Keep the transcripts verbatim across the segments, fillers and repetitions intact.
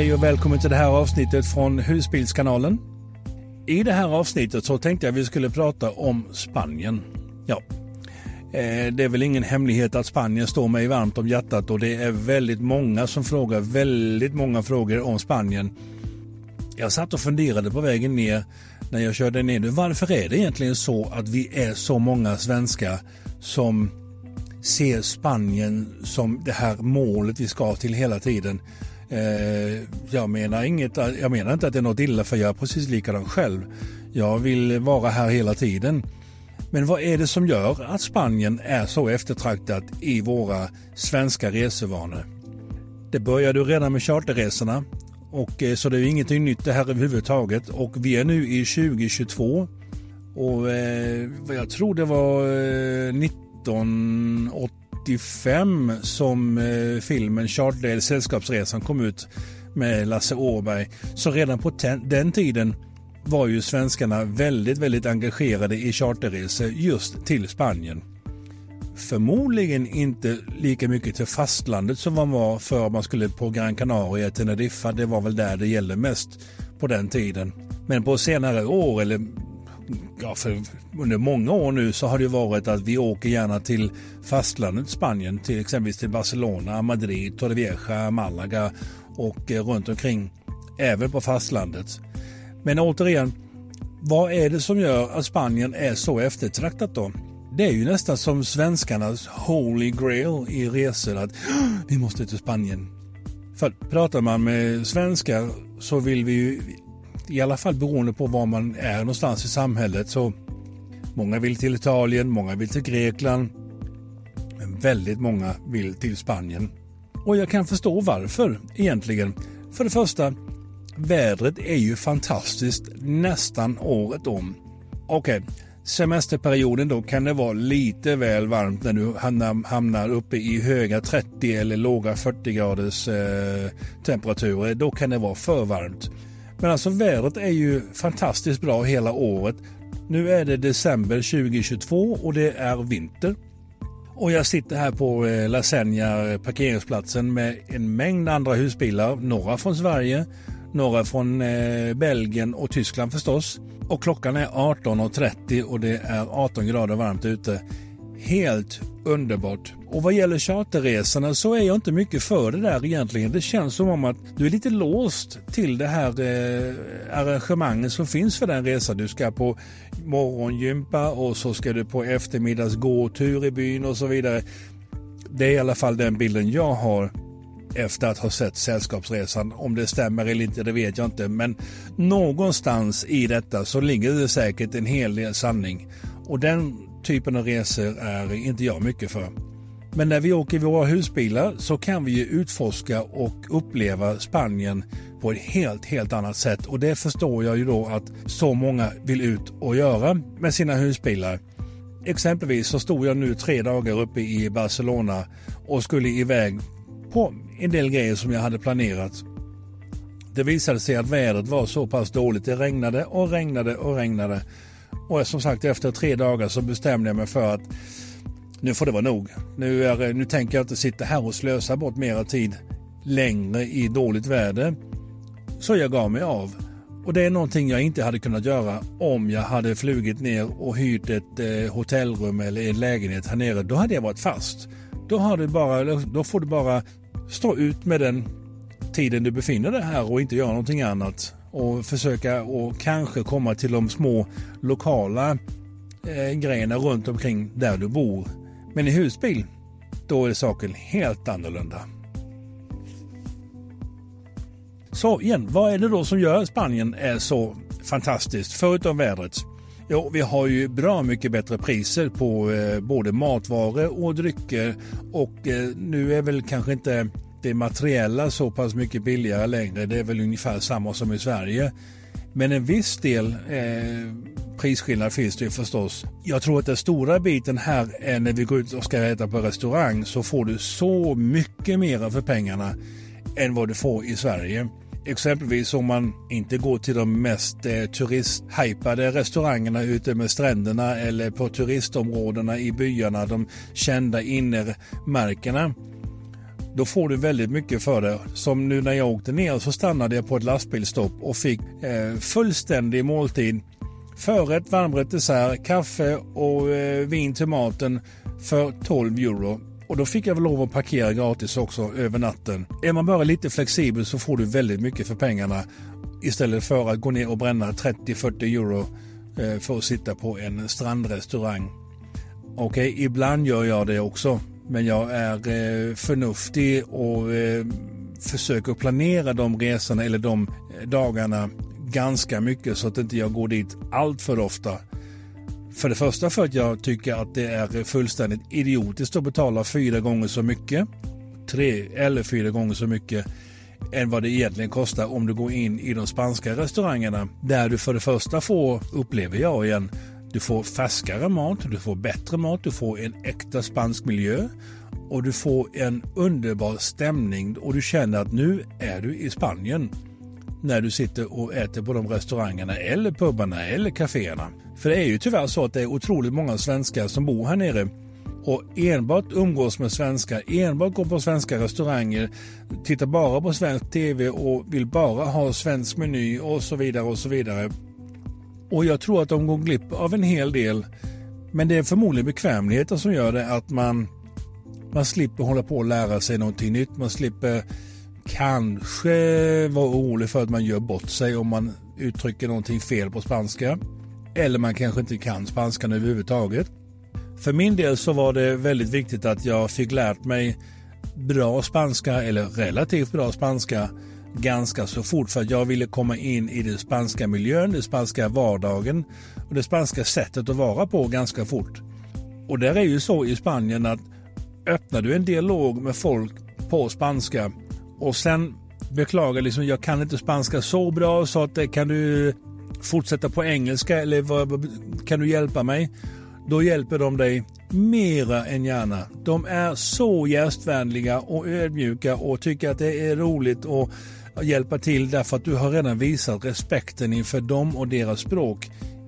Hej och välkommen till det här avsnittet från Husbilskanalen. I det här avsnittet så tänkte jag att vi skulle prata om Spanien. Ja, det är väl ingen hemlighet att Spanien står mig varmt om hjärtat och det är väldigt många som frågar väldigt många frågor om Spanien. Jag satt och funderade på vägen ner när jag körde ner. Varför är det egentligen så att vi är så många svenskar som ser Spanien som det här målet vi ska till hela tiden? Eh, jag menar inget, jag menar inte att det är något illa, för jag är precis likadan själv. Jag vill vara här hela tiden. Men vad är det som gör att Spanien är så eftertraktat i våra svenska resevanor? Det började redan med charterresorna, och så det är ingenting nytt det här överhuvudtaget. Och vi är nu i tjugo tjugotvå och eh, jag tror det var eh, nittonhundraåttiofem som eh, filmen Charter eller Sällskapsresan kom ut med Lasse Åberg. Så redan på ten, den tiden var ju svenskarna väldigt, väldigt engagerade i charterresor just till Spanien. Förmodligen inte lika mycket till fastlandet som man var för man skulle på Gran Canaria, Teneriffa. Det var väl där det gällde mest på den tiden. Men på senare år, eller ja, för under många år nu, så har det varit att vi åker gärna till fastlandet Spanien, till exempelvis till Barcelona, Madrid, Torrevieja, Malaga och eh, runt omkring, även på fastlandet. Men återigen, vad är det som gör att Spanien är så eftertraktat då? Det är ju nästan som svenskarnas holy grail i resor, att vi måste till Spanien. För pratar man med svenskar så vill vi ju, i alla fall beroende på var man är någonstans i samhället, så många vill till Italien, många vill till Grekland, men väldigt många vill till Spanien. Och jag kan förstå varför egentligen. För det första, vädret är ju fantastiskt nästan året om. Okej, okay. Semesterperioden då kan det vara lite väl varmt när du hamnar uppe i höga trettio eller låga fyrtio graders eh, temperaturer. Då kan det vara för varmt. Men alltså vädret är ju fantastiskt bra hela året. Nu är det december tjugo tjugotvå och det är vinter. Och jag sitter här på eh, La Senja parkeringsplatsen med en mängd andra husbilar. Några från Sverige, några från eh, Belgien och Tyskland förstås. Och klockan är arton trettio och det är arton grader varmt ute. Helt underbart. Och vad gäller charterresorna så är jag inte mycket för det där egentligen. Det känns som om att du är lite låst till det här eh, arrangemanget som finns för den resan. Du ska på morgongympa och så ska du på eftermiddags gåtur i byn och så vidare. Det är i alla fall den bilden jag har efter att ha sett Sällskapsresan. Om det stämmer eller inte, det vet jag inte. Men någonstans i detta så ligger det säkert en hel del sanning. Och den typen av resor är inte jag mycket för. Men när vi åker i våra husbilar så kan vi ju utforska och uppleva Spanien på ett helt, helt annat sätt. Och det förstår jag ju då att så många vill ut och göra med sina husbilar. Exempelvis så stod jag nu tre dagar uppe i Barcelona och skulle iväg på en del grejer som jag hade planerat. Det visade sig att vädret var så pass dåligt. Det regnade och regnade och regnade. Och som sagt, efter tre dagar så bestämde jag mig för att nu får det vara nog. Nu, är, nu tänker jag inte sitta här och slösa bort mera tid längre i dåligt väder. Så jag gav mig av. Och det är någonting jag inte hade kunnat göra om jag hade flugit ner och hyrt ett eh, hotellrum eller en lägenhet här nere. Då hade jag varit fast. Då, har du bara, då får du bara stå ut med den tiden du befinner dig här och inte göra någonting annat. Och försöka och kanske komma till de små lokala eh, grejerna runt omkring där du bor. Men i husbil, då är saken helt annorlunda. Så igen, vad är det då som gör Spanien är så fantastiskt förutom vädret? Jo, vi har ju bra mycket bättre priser på eh, både matvaror och drycker. Och eh, nu är väl kanske inte det materiella så pass mycket billigare längre. Det är väl ungefär samma som i Sverige. Men en viss del eh, prisskillnad finns det ju förstås. Jag tror att den stora biten här är när vi går ut och ska äta på restaurang, så får du så mycket mer för pengarna än vad du får i Sverige. Exempelvis om man inte går till de mest eh, turisthypade restaurangerna ute med stränderna eller på turistområdena i byarna, de kända innermärkena. då får du väldigt mycket för det. Som nu när jag åkte ner så stannade jag på ett lastbilsstopp och fick eh, fullständig måltid. Förrätt, varmrätt, dessert, kaffe och eh, vin till maten för tolv euro. Och då fick jag väl lov att parkera gratis också över natten. Är man bara lite flexibel så får du väldigt mycket för pengarna. Istället för att gå ner och bränna trettio till fyrtio euro eh, för att sitta på en strandrestaurang. Okej, okay, ibland gör jag det också. Men jag är eh, förnuftig och eh, försöker planera de resorna eller de dagarna ganska mycket så att inte jag går dit allt för ofta. För det första för att jag tycker att det är fullständigt idiotiskt att betala fyra gånger så mycket, tre eller fyra gånger så mycket än vad det egentligen kostar om du går in i de spanska restaurangerna. Där du för det första får, upplever jag igen, du får färskare mat, du får bättre mat, du får en äkta spansk miljö och du får en underbar stämning och du känner att nu är du i Spanien när du sitter och äter på de restaurangerna eller pubarna eller kaféerna. För det är ju tyvärr så att det är otroligt många svenskar som bor här nere och enbart umgås med svenskar, enbart går på svenska restauranger, tittar bara på svensk tv och vill bara ha svensk meny och så vidare och så vidare. Och jag tror att de går glipp av en hel del, men det är förmodligen bekvämligheten som gör det att man, man slipper hålla på och lära sig någonting nytt, man slipper kanske vara orolig för att man gör bort sig om man uttrycker någonting fel på spanska. Eller man kanske inte kan spanskan överhuvudtaget. För min del så var det väldigt viktigt att jag fick lärt mig bra spanska eller relativt bra spanska ganska så fort för att jag ville komma in i den spanska miljön, den spanska vardagen och det spanska sättet att vara på ganska fort. Och där är ju så i Spanien att öppnar du en dialog med folk på spanska och sen beklagar liksom jag kan inte spanska så bra så att det kan du fortsätta på engelska eller vad, kan du hjälpa mig? Då hjälper de dig mera än gärna. De är så gästvänliga och ödmjuka och tycker att det är roligt att hjälpa till därför att du har redan visat respekten inför dem och deras språk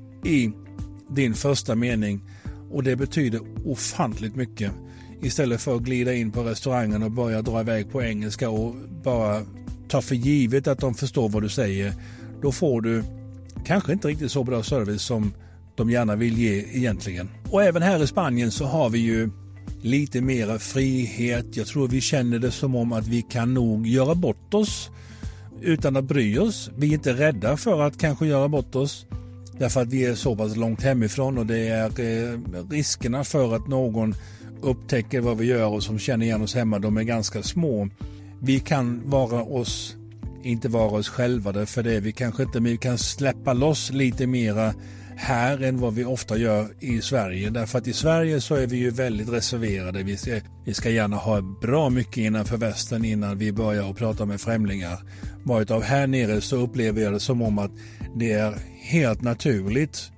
i din första mening. Och det betyder ofantligt mycket. Istället för att glida in på restaurangen och börja dra iväg på engelska och bara ta för givet att de förstår vad du säger. Då får du kanske inte riktigt så bra service som de gärna vill ge egentligen. Och även här i Spanien så har vi ju lite mera frihet. Jag tror vi känner det som om att vi kan nog göra bort oss utan att bry oss. Vi är inte rädda för att kanske göra bort oss därför att vi är så pass långt hemifrån och det är eh, riskerna för att någon upptäcker vad vi gör och som känner igen oss hemma, de är ganska små. Vi kan vara oss, inte vara oss själva för det. Vi kanske inte, men vi kan släppa loss lite mera här än vad vi ofta gör i Sverige. Därför att i Sverige så är vi ju väldigt reserverade. Vi ska, vi ska gärna ha bra mycket innanför västen innan vi börjar att prata med främlingar. Varit av här nere så upplever jag det som om att det är helt naturligt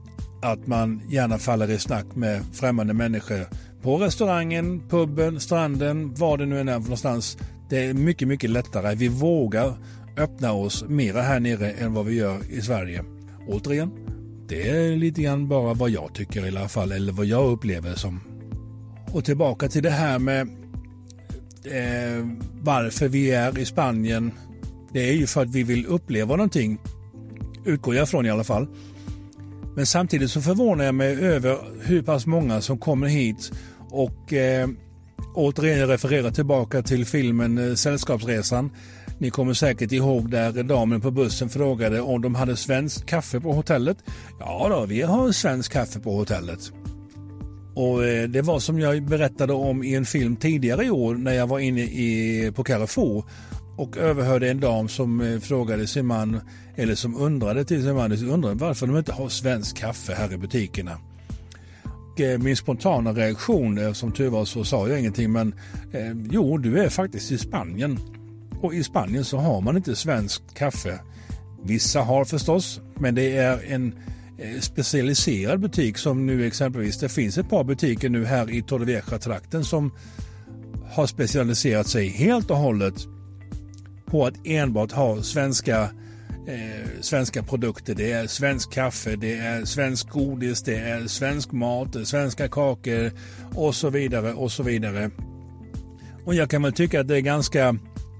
att man gärna faller i snack med främmande människor på restaurangen, puben, stranden, vad det nu än är för någonstans. Det är mycket, mycket lättare. Vi vågar öppna oss mera här nere än vad vi gör i Sverige. Återigen, det är lite grann bara vad jag tycker i alla fall, eller vad jag upplever som. Och tillbaka till det här med eh, varför vi är i Spanien. Det är ju för att vi vill uppleva någonting, utgår jag från i alla fall. Men samtidigt så förvånar jag mig över hur pass många som kommer hit och eh, återigen refererar tillbaka till filmen eh, Sällskapsresan. Ni kommer säkert ihåg där damen på bussen frågade om de hade svensk kaffe på hotellet. Ja då, vi har svensk kaffe på hotellet. Och eh, det var som jag berättade om i en film tidigare i år när jag var inne i, på Carrefour och överhörde en dam som eh, frågade sin man, eller som undrade till sin man, undrade varför de inte har svensk kaffe här i butikerna. Och, eh, min spontana reaktion, eh, som tur var så sa jag ingenting, men eh, jo, du är faktiskt i Spanien. Och i Spanien så har man inte svensk kaffe. Vissa har förstås, men det är en eh, specialiserad butik som nu exempelvis, det finns ett par butiker nu här i Torrevieja-trakten som har specialiserat sig helt och hållet på att enbart ha svenska, eh, svenska produkter. Det är svensk kaffe, det är svensk godis, det är svensk mat, svenska kakor och så vidare och så vidare. Och jag kan väl tycka att det är ganska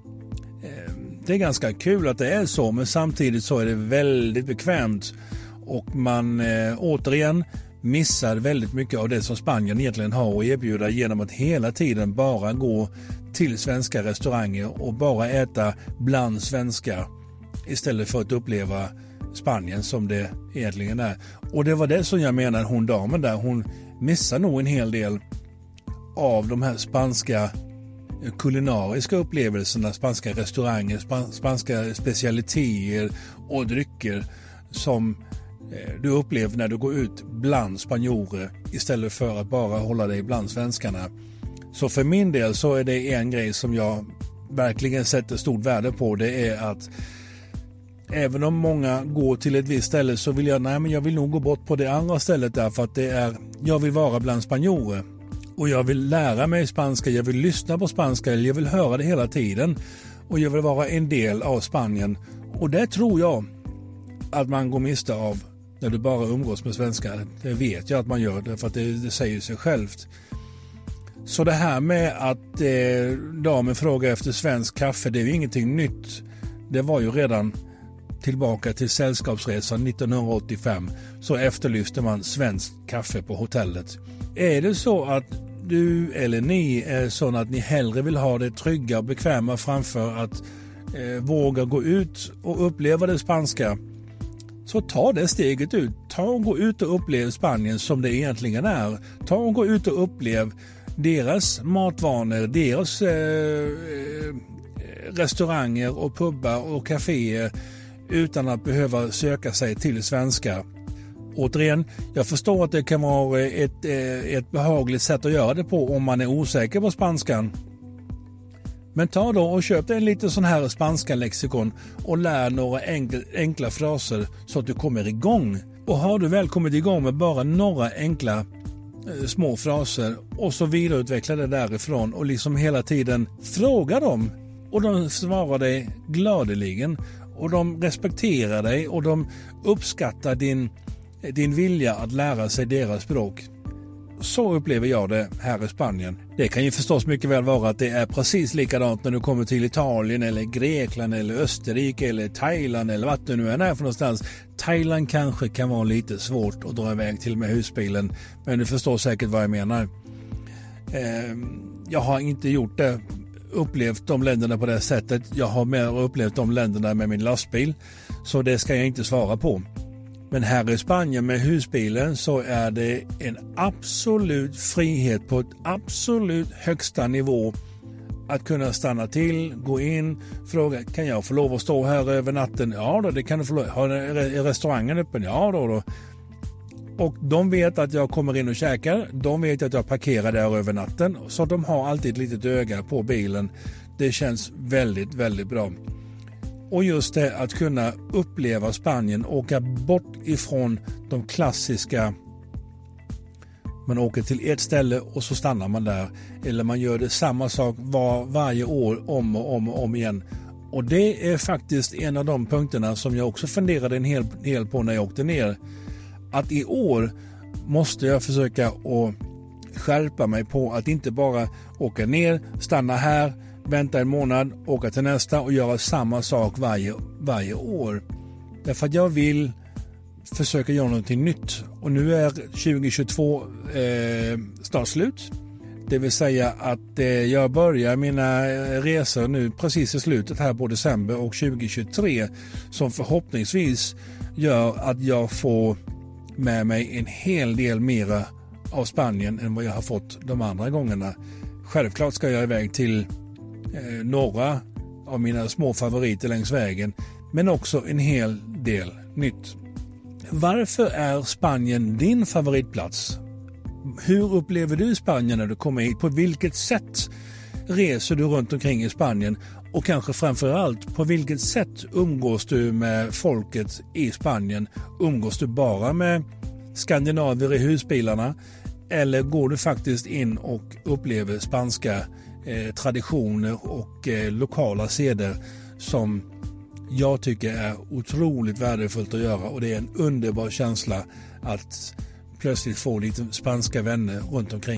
det är ganska kul att det är så, men samtidigt så är det väldigt bekvämt och man eh, återigen missar väldigt mycket av det som Spanien egentligen har att erbjuda genom att hela tiden bara gå till svenska restauranger och bara äta bland svenskar istället för att uppleva Spanien som det egentligen är. Och det var det som jag menar, hon damen där, hon missar nog en hel del av de här spanska kulinariska upplevelserna, spanska restauranger, spanska specialiteter och drycker som du upplever när du går ut bland spanjorer istället för att bara hålla dig bland svenskarna. Så för min del så är det en grej som jag verkligen sätter stort värde på, det är att även om många går till ett visst ställe så vill jag, nej men jag vill nog gå bort på det andra stället därför att det är, jag vill vara bland spanjorer. Och jag vill lära mig spanska, jag vill lyssna på spanska, jag vill höra det hela tiden. Och jag vill vara en del av Spanien. Och det tror jag att man går miste av när du bara umgås med svenskar. Det vet jag att man gör, för att det, det säger sig självt. Så det här med att eh, damen frågar efter svensk kaffe, det är ju ingenting nytt. Det var ju redan tillbaka till Sällskapsresan nittonhundraåttiofem så efterlyste man svensk kaffe på hotellet. Är det så att du eller ni är sån att ni hellre vill ha det trygga och bekväma framför att eh, våga gå ut och uppleva det spanska, så ta det steget ut. Ta och gå ut och upplev Spanien som det egentligen är. Ta och gå ut och upplev deras matvanor, deras eh, restauranger och pubbar och kaféer utan att behöva söka sig till svenska. Återigen, jag förstår att det kan vara ett, ett behagligt sätt att göra det på om man är osäker på spanskan. Men ta då och köp en liten sån här spanska lexikon och lär några enkla, enkla fraser så att du kommer igång. Och har du väl kommit igång med bara några enkla eh, små fraser och så vidareutveckla det därifrån och liksom hela tiden fråga dem. Och de svarar dig gladeligen och de respekterar dig och de uppskattar din din vilja att lära sig deras språk. Så upplever jag det här i Spanien. Det kan ju förstås mycket väl vara att det är precis likadant när du kommer till Italien eller Grekland eller Österrike eller Thailand eller vart du nu än är för någonstans. Thailand kanske kan vara lite svårt att dra iväg till med husbilen, men du förstår säkert vad jag menar. Eh, jag har inte gjort det, upplevt de länderna på det sättet. Jag har mer upplevt de länderna med min lastbil, så det ska jag inte svara på. Men här i Spanien med husbilen så är det en absolut frihet på ett absolut högsta nivå att kunna stanna till, gå in, fråga, kan jag få lov att stå här över natten? Ja då, det kan du få lov. Har restaurangen öppen? Ja då, då. Och de vet att jag kommer in och käkar, de vet att jag parkerar där över natten, så de har alltid ett litet öga på bilen. Det känns väldigt, väldigt bra. Och just det att kunna uppleva Spanien, åka bort ifrån de klassiska, man åker till ett ställe och så stannar man där, eller man gör det samma sak var, varje år om och om och om igen. Och det är faktiskt en av de punkterna som jag också funderade en hel del på när jag åkte ner. Att i år måste jag försöka att skärpa mig på att inte bara åka ner, stanna här, vänta en månad, åka till nästa och göra samma sak varje, varje år. Därför att jag vill försöka göra någonting nytt. Och nu är tjugohundratjugotvå eh, snart slut. Det vill säga att eh, jag börjar mina resor nu precis i slutet här på december och tjugohundratjugotre, som förhoppningsvis gör att jag får med mig en hel del mera av Spanien än vad jag har fått de andra gångerna. Självklart ska jag iväg till eh, några av mina små favoriter längs vägen, men också en hel del nytt. Varför är Spanien din favoritplats? Hur upplever du Spanien när du kommer hit? På vilket sätt reser du runt omkring i Spanien? Och kanske framförallt, på vilket sätt umgås du med folket i Spanien? Umgås du bara med skandinaver i husbilarna? Eller går du faktiskt in och upplever spanska eh, traditioner och eh, lokala seder som jag tycker är otroligt värdefullt att göra, och det är en underbar känsla att plötsligt få lite spanska vänner runt omkring.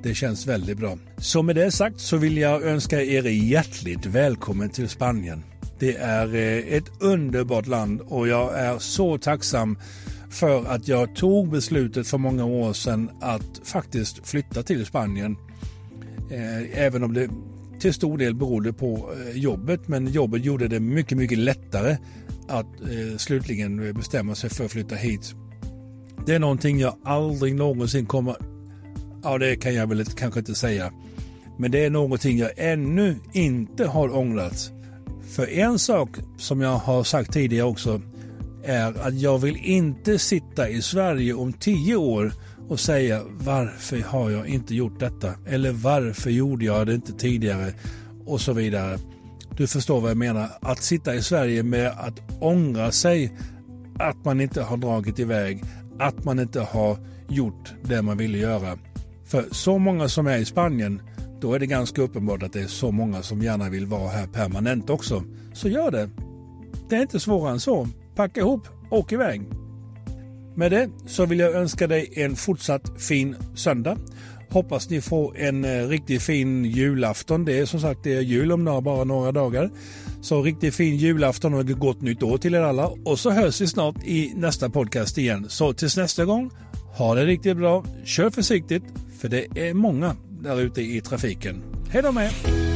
Det känns väldigt bra. Så med det sagt så vill jag önska er hjärtligt välkommen till Spanien. Det är ett underbart land och jag är så tacksam för att jag tog beslutet för många år sedan att faktiskt flytta till Spanien. Även om det till stor del berodde på jobbet, men jobbet gjorde det mycket, mycket lättare att slutligen bestämma sig för att flytta hit. Det är någonting jag aldrig någonsin kommer... Ja, det kan jag väl kanske inte säga. Men det är någonting jag ännu inte har ångrat. För en sak som jag har sagt tidigare också är att jag vill inte sitta i Sverige om tio år och säga varför har jag inte gjort detta? Eller varför gjorde jag det inte tidigare? Och så vidare. Du förstår vad jag menar. Att sitta i Sverige med att ångra sig att man inte har dragit iväg. Att man inte har gjort det man ville göra. För så många som är i Spanien, då är det ganska uppenbart att det är så många som gärna vill vara här permanent också. Så gör det. Det är inte svårare än så. Packa ihop, åk iväg. Med det så vill jag önska dig en fortsatt fin söndag. Hoppas ni får en eh, riktigt fin julafton. Det är som sagt det är jul om några, bara några dagar. Så riktigt fin julafton och ett gott nytt år till er alla. Och så hörs vi snart i nästa podcast igen. Så tills nästa gång, ha det riktigt bra. Kör försiktigt, för det är många där ute i trafiken. Hej då med!